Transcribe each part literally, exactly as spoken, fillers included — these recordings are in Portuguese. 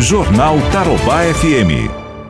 Jornal Tarobá F M.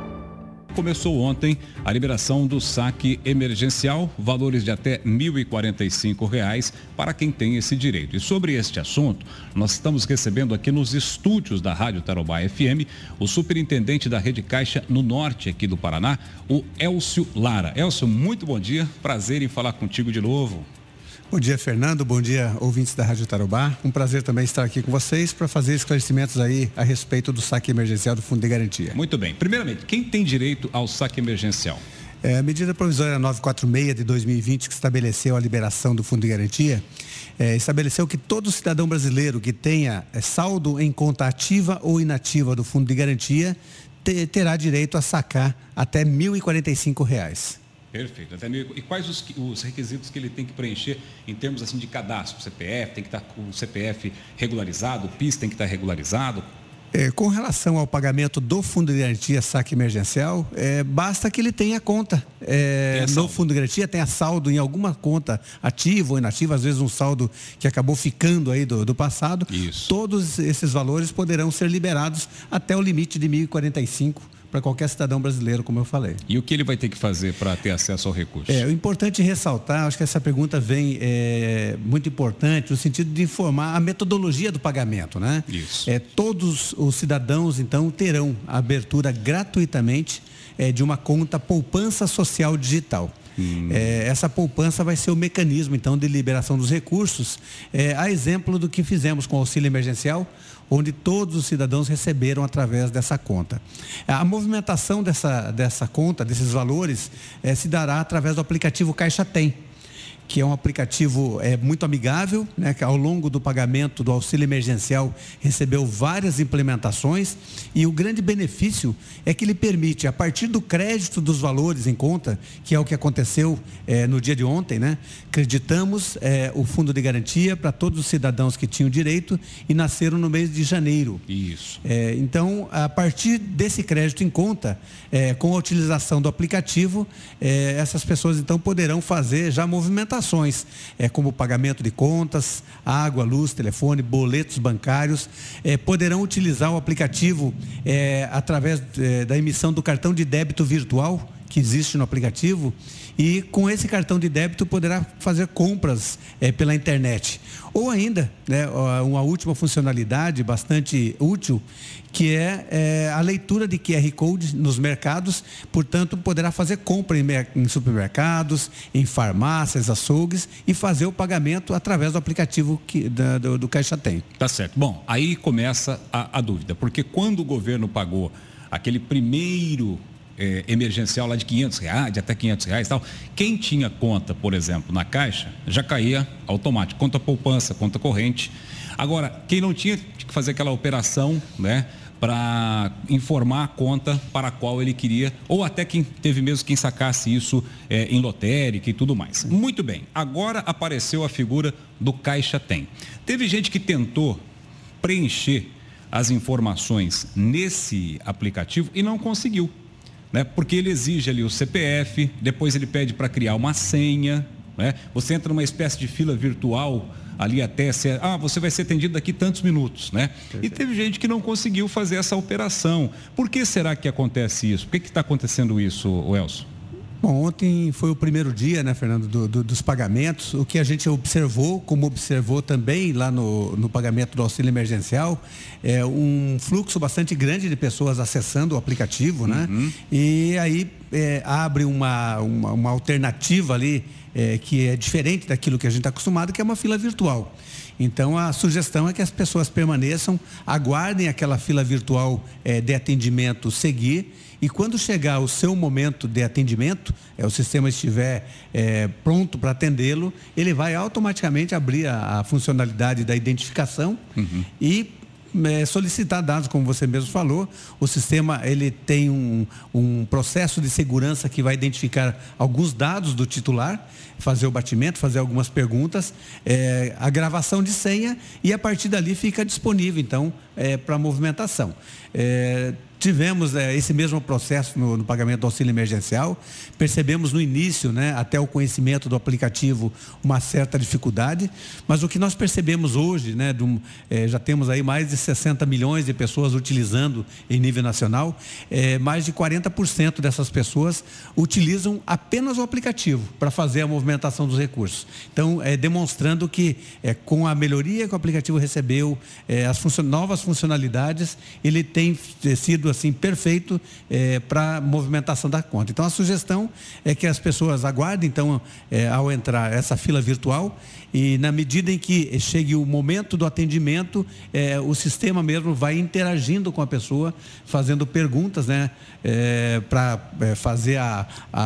Começou ontem a liberação do saque emergencial, valores de até mil e quarenta e cinco reais para quem tem esse direito. E sobre este assunto, nós estamos recebendo aqui nos estúdios da Rádio Tarobá F M o superintendente da Rede Caixa no norte aqui do Paraná, o Elcio Lara. Elcio, muito bom dia, prazer em falar contigo de novo. Bom dia, Fernando. Bom dia, ouvintes da Rádio Tarobá. Um prazer também estar aqui com vocês para fazer esclarecimentos aí a respeito do saque emergencial do Fundo de Garantia. Muito bem. Primeiramente, quem tem direito ao saque emergencial? É, a medida provisória novecentos e quarenta e seis de dois mil e vinte, que estabeleceu a liberação do Fundo de Garantia, é, estabeleceu que todo cidadão brasileiro que tenha é, saldo em conta ativa ou inativa do Fundo de Garantia te, terá direito a sacar até mil e quarenta e cinco reais. Perfeito. Até mil... E quais os, os requisitos que ele tem que preencher em termos assim de cadastro? C P F tem que estar com o C P F regularizado, o P I S tem que estar regularizado? É, com relação ao pagamento do Fundo de Garantia saque emergencial, é, basta que ele tenha conta é, no Fundo de Garantia, tenha saldo em alguma conta ativa ou inativa, às vezes um saldo que acabou ficando aí do, do passado. Isso. Todos esses valores poderão ser liberados até o limite de mil e quarenta e cinco para qualquer cidadão brasileiro, como eu falei. E o que ele vai ter que fazer para ter acesso ao recurso? É, o importante ressaltar, acho que essa pergunta vem é, muito importante, no sentido de informar a metodologia do pagamento, né? Isso. É, todos os cidadãos, então, terão a abertura gratuitamente é, de uma conta poupança social digital. Hum. É, essa poupança vai ser o mecanismo, então, de liberação dos recursos, é, a exemplo do que fizemos com o auxílio emergencial, onde todos os cidadãos receberam através dessa conta. A movimentação dessa, dessa conta, desses valores, é, se dará através do aplicativo Caixa Tem, que é um aplicativo é, muito amigável, né, que ao longo do pagamento do auxílio emergencial recebeu várias implementações, e o grande benefício é que ele permite, a partir do crédito dos valores em conta, que é o que aconteceu é, no dia de ontem, né, creditamos é, o Fundo de Garantia para todos os cidadãos que tinham direito e nasceram no mês de janeiro. Isso. É, então, a partir desse crédito em conta, é, com a utilização do aplicativo, é, essas pessoas então poderão fazer já movimentações, é, como o pagamento de contas, água, luz, telefone, boletos bancários, é, poderão utilizar o aplicativo é, através é, da emissão do cartão de débito virtual que existe no aplicativo, e com esse cartão de débito poderá fazer compras é, pela internet. Ou ainda, né, uma última funcionalidade bastante útil, que é, é a leitura de Q R Code nos mercados, portanto poderá fazer compra em, em supermercados, em farmácias, açougues, e fazer o pagamento através do aplicativo que, da, do, do Caixa Tem. Tá certo. Bom, aí começa a, a dúvida, porque quando o governo pagou aquele primeiro É, emergencial lá de quinhentos reais, de até quinhentos reais e tal, quem tinha conta, por exemplo, na Caixa, já caía automático, conta poupança, conta corrente. Agora, quem não tinha, tinha que fazer aquela operação, né, para informar a conta para a qual ele queria, ou até quem teve mesmo quem sacasse isso é, em lotérica e tudo mais. Muito bem, agora apareceu a figura do Caixa Tem. Teve gente que tentou preencher as informações nesse aplicativo e não conseguiu. Né? Porque ele exige ali o C P F, depois ele pede para criar uma senha, né? Você entra numa espécie de fila virtual ali até ser, ah, você vai ser atendido daqui tantos minutos, né? Perfeito. E teve gente que não conseguiu fazer essa operação. Por que será que acontece isso? Por que está acontecendo isso, Elcio? Bom, ontem foi o primeiro dia, né, Fernando, do, do, dos pagamentos. O que a gente observou, como observou também lá no, no pagamento do auxílio emergencial, é um fluxo bastante grande de pessoas acessando o aplicativo, né? Uhum. E aí é, abre uma, uma, uma alternativa ali é, que é diferente daquilo que a gente está acostumado, que é uma fila virtual. Então, a sugestão é que as pessoas permaneçam, aguardem aquela fila virtual é, de atendimento seguir, e quando chegar o seu momento de atendimento, é, o sistema estiver é, pronto para atendê-lo, ele vai automaticamente abrir a, a funcionalidade da identificação, uhum, e é, solicitar dados, como você mesmo falou. O sistema ele tem um, um processo de segurança que vai identificar alguns dados do titular, fazer o batimento, fazer algumas perguntas, é, a gravação de senha, e a partir dali fica disponível, então, é, para movimentação. É, tivemos é, esse mesmo processo no, no pagamento do auxílio emergencial. Percebemos no início, né, até o conhecimento do aplicativo, uma certa dificuldade, mas o que nós percebemos hoje, né, do, é, já temos aí mais de sessenta milhões de pessoas utilizando em nível nacional, é, mais de quarenta por cento dessas pessoas utilizam apenas o aplicativo para fazer a movimentação dos recursos. Então, é, demonstrando que é, com a melhoria que o aplicativo recebeu, é, as funcio- novas funcionalidades, ele tem sido assim perfeito é, para a movimentação da conta. Então, a sugestão é que as pessoas aguardem, então, é, ao entrar essa fila virtual, e na medida em que chegue o momento do atendimento, é, o sistema mesmo vai interagindo com a pessoa, fazendo perguntas, né, é, para é, fazer a, a,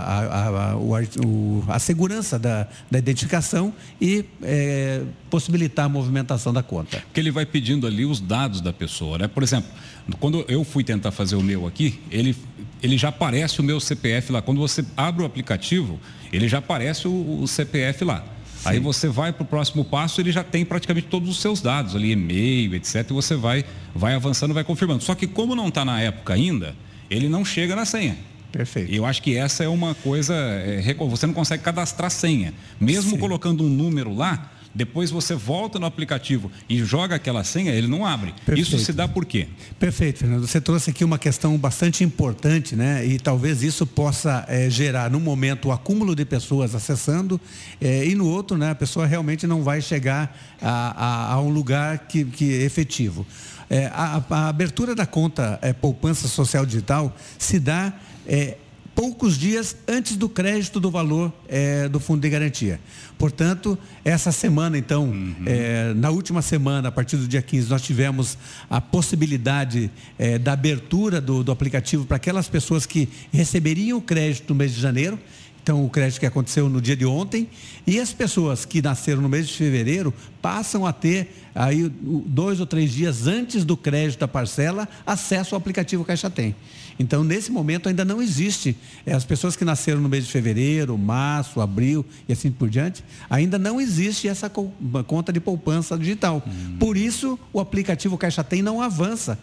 a, a, o, o, a segurança da, da identificação e é, possibilitar a movimentação da conta. Porque ele vai pedindo ali os dados da pessoa, né? Por exemplo, quando eu fui tentar fazer o meu aqui, ele, ele já aparece o meu C P F lá. Quando você abre o aplicativo, ele já aparece o, o C P F lá. Sim. Aí você vai para o próximo passo, ele já tem praticamente todos os seus dados ali, e-mail, etcétera. E você vai, vai avançando, vai confirmando. Só que como não está na época ainda, ele não chega na senha. Perfeito. E eu acho que essa é uma coisa, é, você não consegue cadastrar senha. Mesmo Sim. colocando um número lá, depois você volta no aplicativo e joga aquela senha, ele não abre. Perfeito. Isso se dá por quê? Perfeito, Fernando. Você trouxe aqui uma questão bastante importante, né? E talvez isso possa é, gerar, no momento, o acúmulo de pessoas acessando é, e no outro, né, a pessoa realmente não vai chegar a, a, a um lugar que, que é efetivo. É, a, a abertura da conta é, poupança social digital se dá é, poucos dias antes do crédito do valor é, do fundo de garantia. Portanto, essa semana, então, uhum. é, na última semana, a partir do dia quinze, nós tivemos a possibilidade é, da abertura do, do aplicativo para aquelas pessoas que receberiam o crédito no mês de janeiro. Então, o crédito que aconteceu no dia de ontem, e as pessoas que nasceram no mês de fevereiro passam a ter, aí, dois ou três dias antes do crédito da parcela, acesso ao aplicativo Caixa Tem. Então, nesse momento, ainda não existe, é, as pessoas que nasceram no mês de fevereiro, março, abril e assim por diante, ainda não existe essa co- conta de poupança digital. Hum. Por isso, o aplicativo Caixa Tem não avança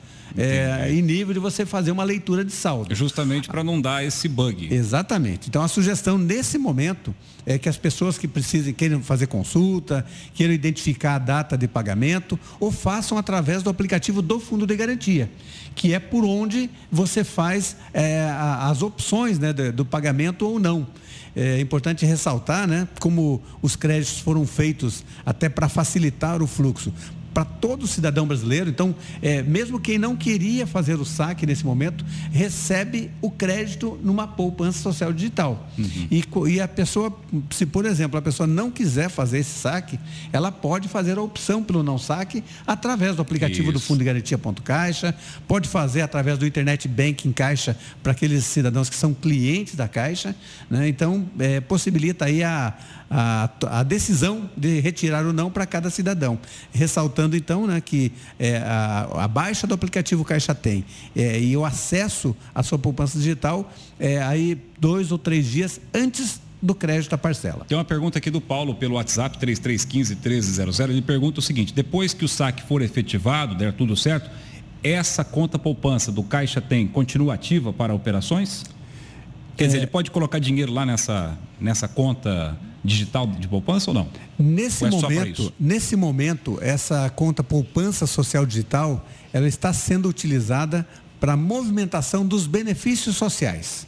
é, em nível de você fazer uma leitura de saldo. Justamente para não dar esse bug. Exatamente. Então, a sugestão nesse momento é que as pessoas que precisem, queiram fazer consulta, queiram identificar a data de pagamento, ou façam através do aplicativo do Fundo de Garantia, que é por onde você faz é, as opções, né, do, do pagamento ou não. É importante ressaltar, né, como os créditos foram feitos até para facilitar o fluxo para todo cidadão brasileiro. Então, é, mesmo quem não queria fazer o saque nesse momento, recebe o crédito numa poupança social digital. Uhum. E, e a pessoa, se por exemplo, a pessoa não quiser fazer esse saque, ela pode fazer a opção pelo não saque através do aplicativo Isso. do Fundo de Garantia Ponto Caixa, pode fazer através do Internet Banking Caixa para aqueles cidadãos que são clientes da Caixa, né? Então, é, possibilita aí a, a, a decisão de retirar ou não para cada cidadão. Ressaltando então, né, que é, a, a baixa do aplicativo Caixa Tem é, e o acesso à sua poupança digital é, aí dois ou três dias antes do crédito da parcela. Tem uma pergunta aqui do Paulo pelo WhatsApp três três um cinco, um três zero zero. Ele pergunta o seguinte: depois que o saque for efetivado, der tudo certo, essa conta poupança do Caixa Tem continua ativa para operações? Quer é... dizer, ele pode colocar dinheiro lá nessa, nessa conta digital de poupança ou não? Nesse ou é momento, nesse momento, essa conta poupança social digital, ela está sendo utilizada para a movimentação dos benefícios sociais.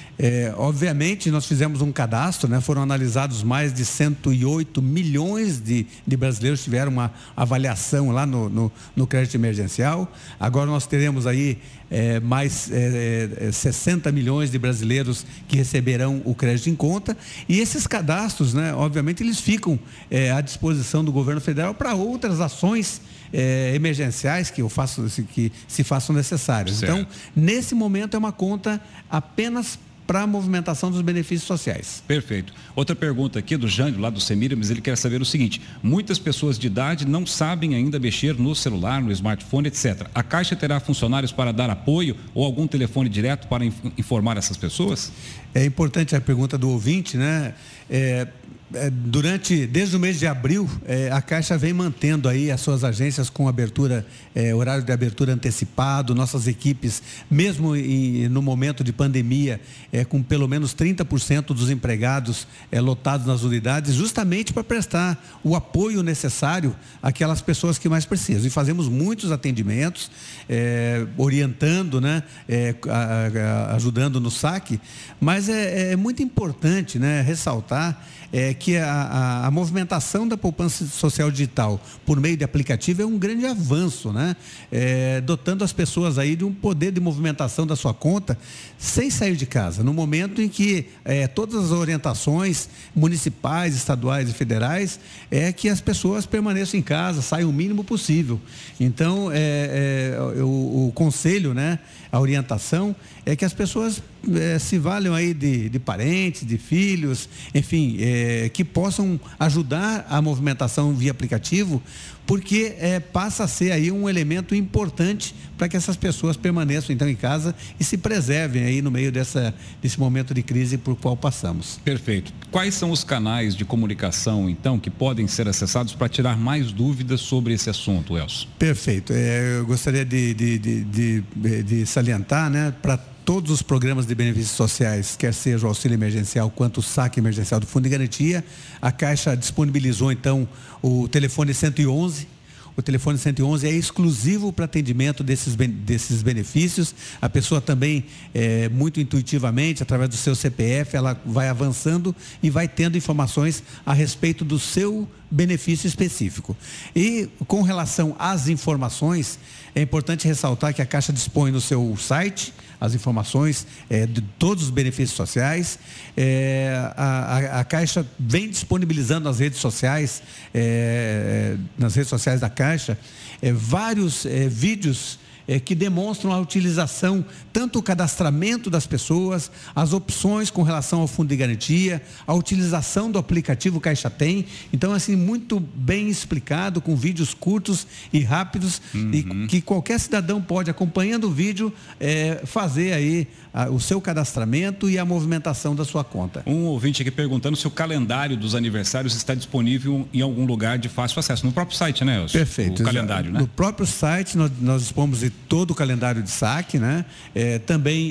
É, obviamente, nós fizemos um cadastro, né? Foram analisados mais de cento e oito milhões de, de brasileiros que tiveram uma avaliação lá no, no, no crédito emergencial. Agora nós teremos aí é, mais é, sessenta milhões de brasileiros que receberão o crédito em conta. E esses cadastros, né, obviamente, eles ficam é, à disposição do governo federal para outras ações É, emergenciais que, eu faço, que se façam necessárias. Certo. Então, nesse momento é uma conta apenas para a movimentação dos benefícios sociais. Perfeito. Outra pergunta aqui do Jânio, lá do Semira, mas ele quer saber o seguinte: muitas pessoas de idade não sabem ainda mexer no celular, no smartphone, etcétera. A Caixa terá funcionários para dar apoio ou algum telefone direto para informar essas pessoas? É importante a pergunta do ouvinte, né? É, Durante, desde o mês de abril, eh, a Caixa vem mantendo aí as suas agências com abertura, eh, horário de abertura antecipado, nossas equipes, mesmo em, no momento de pandemia, eh, com pelo menos trinta por cento dos empregados eh, lotados nas unidades, justamente para prestar o apoio necessário àquelas pessoas que mais precisam. E fazemos muitos atendimentos, eh, orientando, né, eh, a, a, ajudando no saque, mas é, é muito importante, né, ressaltar é, que a, a, a movimentação da poupança social digital por meio de aplicativo é um grande avanço, né? É, dotando as pessoas aí de um poder de movimentação da sua conta sem sair de casa, no momento em que é, todas as orientações municipais, estaduais e federais é que as pessoas permaneçam em casa, saiam o mínimo possível. Então, é, é, o, o conselho, né, a orientação é que as pessoas é, se valham aí de, de parentes, de filhos, enfim, é, que possam ajudar a movimentação via aplicativo, porque é, passa a ser aí um elemento importante para que essas pessoas permaneçam então em casa e se preservem aí no meio dessa, desse momento de crise por qual passamos. Perfeito. Quais são os canais de comunicação então que podem ser acessados para tirar mais dúvidas sobre esse assunto, Elcio? Perfeito. É, eu gostaria de, de, de, de, de salientar, né, para todos os programas de benefícios sociais, quer seja o auxílio emergencial quanto o saque emergencial do Fundo de Garantia, a Caixa disponibilizou então o telefone cento e onze. O telefone cento e onze é exclusivo para atendimento desses, desses benefícios. A pessoa também, é, muito intuitivamente, através do seu C P F, ela vai avançando e vai tendo informações a respeito do seu benefício específico. E com relação às informações, é importante ressaltar que a Caixa dispõe no seu site as informações é, de todos os benefícios sociais. É, a, a, a Caixa vem disponibilizando nas redes sociais, é, nas redes sociais da Caixa, é, vários é, vídeos É, que demonstram a utilização, tanto o cadastramento das pessoas, as opções com relação ao fundo de garantia, a utilização do aplicativo Caixa Tem. Então, assim, muito bem explicado, com vídeos curtos e rápidos, uhum. e que qualquer cidadão pode, acompanhando o vídeo, é, fazer aí a, o seu cadastramento e a movimentação da sua conta. Um ouvinte aqui perguntando se o calendário dos aniversários está disponível em algum lugar de fácil acesso. No próprio site, né, Elcio? Perfeito. O calendário, né? No próprio site, nós, nós dispomos de todo o calendário de saque, né? É, também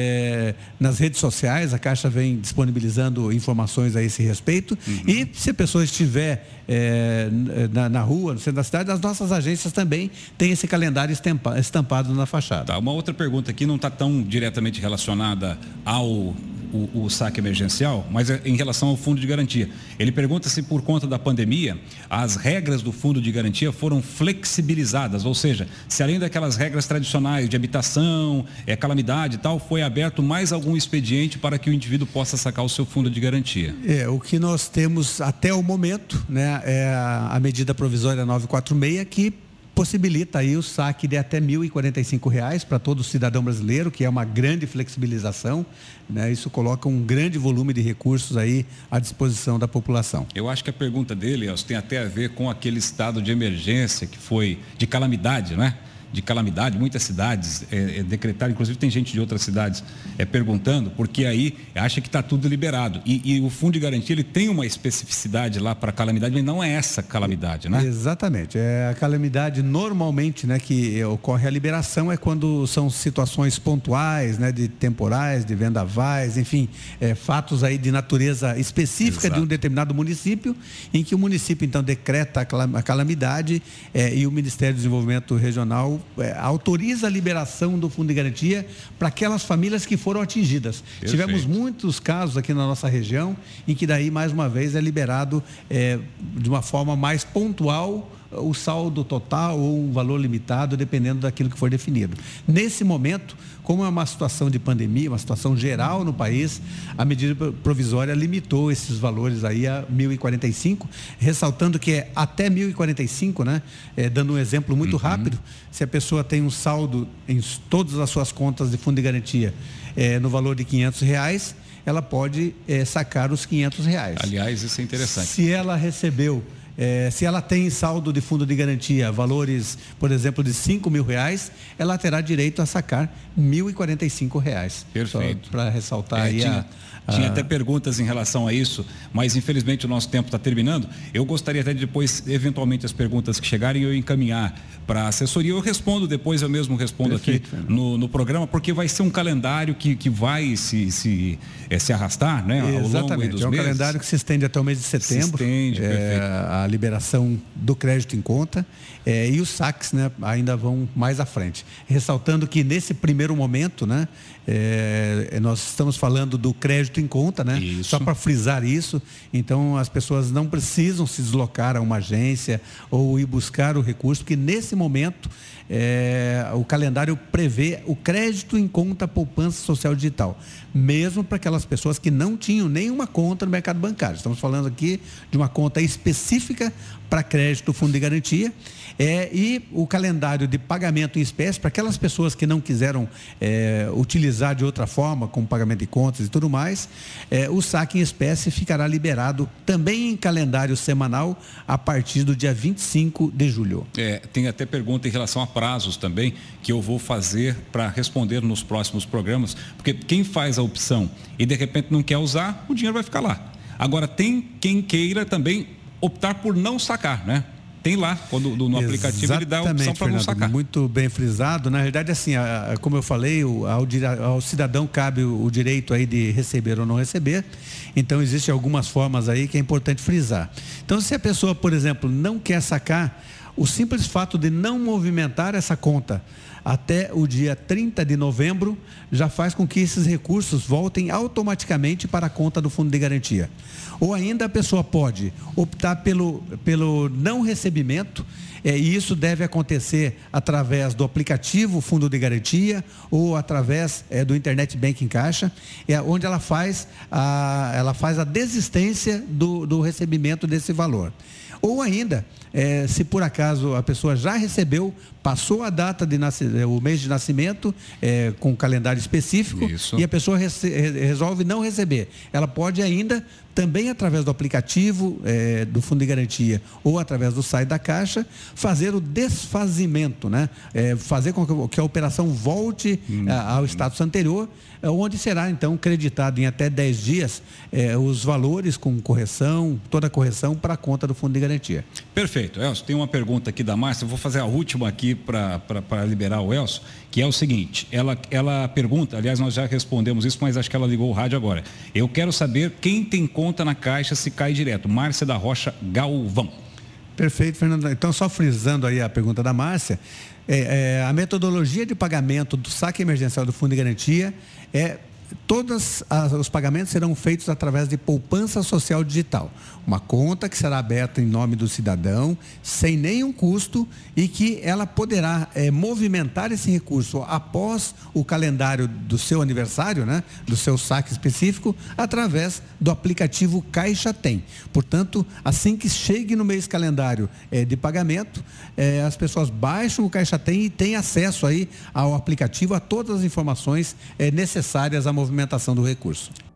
é, nas redes sociais, a Caixa vem disponibilizando informações a esse respeito. Uhum. E se a pessoa estiver é, na, na rua, no centro da cidade, as nossas agências também têm esse calendário estampa, estampado na fachada. Tá, uma outra pergunta aqui não está tão diretamente relacionada ao O, o saque emergencial, mas é em relação ao fundo de garantia. Ele pergunta se por conta da pandemia as regras do fundo de garantia foram flexibilizadas, ou seja, se além daquelas regras tradicionais de habitação, é, calamidade e tal, foi aberto mais algum expediente para que o indivíduo possa sacar o seu fundo de garantia. É, o que nós temos até o momento, né, é a, a medida provisória novecentos e quarenta e seis, que possibilita aí o saque de até mil e quarenta e cinco reais para todo cidadão brasileiro, que é uma grande flexibilização, né? Isso coloca um grande volume de recursos aí à disposição da população. Eu acho que a pergunta dele, Elcio, tem até a ver com aquele estado de emergência que foi de calamidade, né? de calamidade, muitas cidades é, é, decretaram, inclusive tem gente de outras cidades é, perguntando, porque aí acha que está tudo liberado. E, e o fundo de garantia, ele tem uma especificidade lá para calamidade, mas não é essa calamidade, né? Exatamente. É a calamidade normalmente, né, que ocorre a liberação é quando são situações pontuais, né, de temporais, de vendavais, enfim, é, fatos aí de natureza específica. Exato. De um determinado município, em que o município então decreta a calamidade é, e o Ministério do Desenvolvimento Regional É, autoriza a liberação do fundo de garantia para aquelas famílias que foram atingidas. Perfeito. Tivemos muitos casos aqui na nossa região em que daí, mais uma vez, é liberado é, de uma forma mais pontual o saldo total ou um valor limitado, dependendo daquilo que for definido. Nesse momento, como é uma situação de pandemia, uma situação geral no país, a medida provisória limitou esses valores aí a mil e quarenta e cinco, ressaltando que é até mil e quarenta e cinco, né? É, dando um exemplo muito uhum. rápido, se a pessoa tem um saldo em todas as suas contas de fundo de garantia é, no valor de quinhentos reais, ela pode é, sacar os quinhentos reais. Aliás, isso é interessante. Se ela recebeu É, se ela tem saldo de fundo de garantia, valores, por exemplo, de cinco mil reais, ela terá direito a sacar mil e quarenta e cinco reais. Perfeito. Para ressaltar é, aí tinha, a, a... Tinha até perguntas em relação a isso, mas infelizmente o nosso tempo está terminando. Eu gostaria até de depois, eventualmente, as perguntas que chegarem, eu encaminhar para a assessoria. Eu respondo depois, eu mesmo respondo Perfeito, aqui no, no programa, porque vai ser um calendário que, que vai se, se, é, se arrastar, né? Ao Exatamente. longo dos é um meses. calendário que se estende até o mês de setembro. Se estende, é, perfeito. A liberação do crédito em conta é, e os saques, né, ainda vão mais à frente. Ressaltando que nesse primeiro momento, né, é, nós estamos falando do crédito em conta, né? Isso. Só para frisar isso. Então as pessoas não precisam se deslocar a uma agência ou ir buscar o recurso, porque nesse momento é, o calendário prevê o crédito em conta poupança social digital, mesmo para aquelas pessoas que não tinham nenhuma conta no mercado bancário. Estamos falando aqui de uma conta específica para crédito fundo de garantia. É, e o calendário de pagamento em espécie, para aquelas pessoas que não quiseram é, utilizar de outra forma, como pagamento de contas e tudo mais, é, o saque em espécie ficará liberado também em calendário semanal a partir do dia vinte e cinco de julho. É, tem até pergunta em relação a prazos também, que eu vou fazer para responder nos próximos programas, porque quem faz a opção e de repente não quer usar, o dinheiro vai ficar lá. Agora, tem quem queira também optar por não sacar, né? Tem lá, quando no aplicativo Exatamente, ele dá a opção para não sacar. Muito bem frisado. Na verdade, assim, a, a, como eu falei, o, ao, ao cidadão cabe o, o direito aí de receber ou não receber. Então, existem algumas formas aí que é importante frisar. Então, se a pessoa, por exemplo, não quer sacar, o simples fato de não movimentar essa conta até o dia trinta de novembro já faz com que esses recursos voltem automaticamente para a conta do fundo de garantia. Ou ainda a pessoa pode optar pelo, pelo não recebimento, é, e isso deve acontecer através do aplicativo Fundo de Garantia ou através é, do Internet Banking Caixa, é, onde ela faz a, ela faz a desistência do, do recebimento desse valor. Ou ainda, é, se por acaso a pessoa já recebeu, passou a data de nascimento, o mês de nascimento, é, com um calendário específico, Isso. e a pessoa rece- resolve não receber. Ela pode ainda, também através do aplicativo é, do Fundo de Garantia ou através do site da Caixa, fazer o desfazimento, né? É, fazer com que, que a operação volte hum. a, ao status anterior, onde será então creditado em até dez dias eh, os valores com correção, toda a correção para a conta do Fundo de Garantia. Perfeito. Elcio, tem uma pergunta aqui da Márcia, eu vou fazer a última aqui para liberar o Elcio, que é o seguinte, ela, ela pergunta, aliás nós já respondemos isso, mas acho que ela ligou o rádio agora. Eu quero saber quem tem conta na Caixa se cai direto. Márcia da Rocha Galvão. Perfeito, Fernando. Então, só frisando aí a pergunta da Márcia, é, é, a metodologia de pagamento do saque emergencial do Fundo de Garantia é todos os pagamentos serão feitos através de poupança social digital. Uma conta que será aberta em nome do cidadão, sem nenhum custo, e que ela poderá é, movimentar esse recurso após o calendário do seu aniversário, né, do seu saque específico, através do aplicativo Caixa Tem. Portanto, assim que chegue no mês calendário é, de pagamento, é, as pessoas baixam o Caixa Tem e têm acesso aí ao aplicativo, a todas as informações é, necessárias à movimentação do recurso.